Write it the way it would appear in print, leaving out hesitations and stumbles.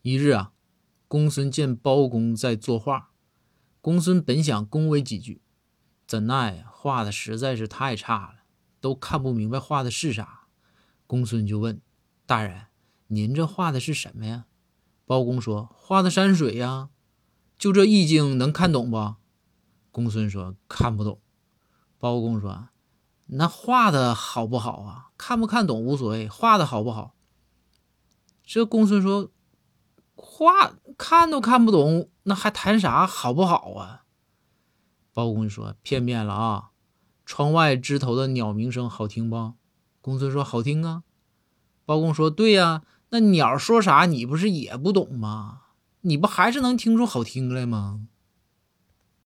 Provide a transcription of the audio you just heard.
一日啊，公孙见包公在作画，公孙本想恭维几句，怎奈画的实在是太差了，都看不明白画的是啥。公孙就问大人：“您这画的是什么呀？”包公说：“画的山水呀，就这意境能看懂不？”公孙说：“看不懂。”包公说：“那画的好不好啊？看不看懂无所谓，画的好不好？”这公孙说：“画看都看不懂，那还谈啥好不好啊？”包公说：“骗面了啊！窗外枝头的鸟鸣声好听不？”公孙说：“好听啊。”包公说：“对呀，那鸟说啥你不是也不懂吗？你不还是能听出好听来吗？”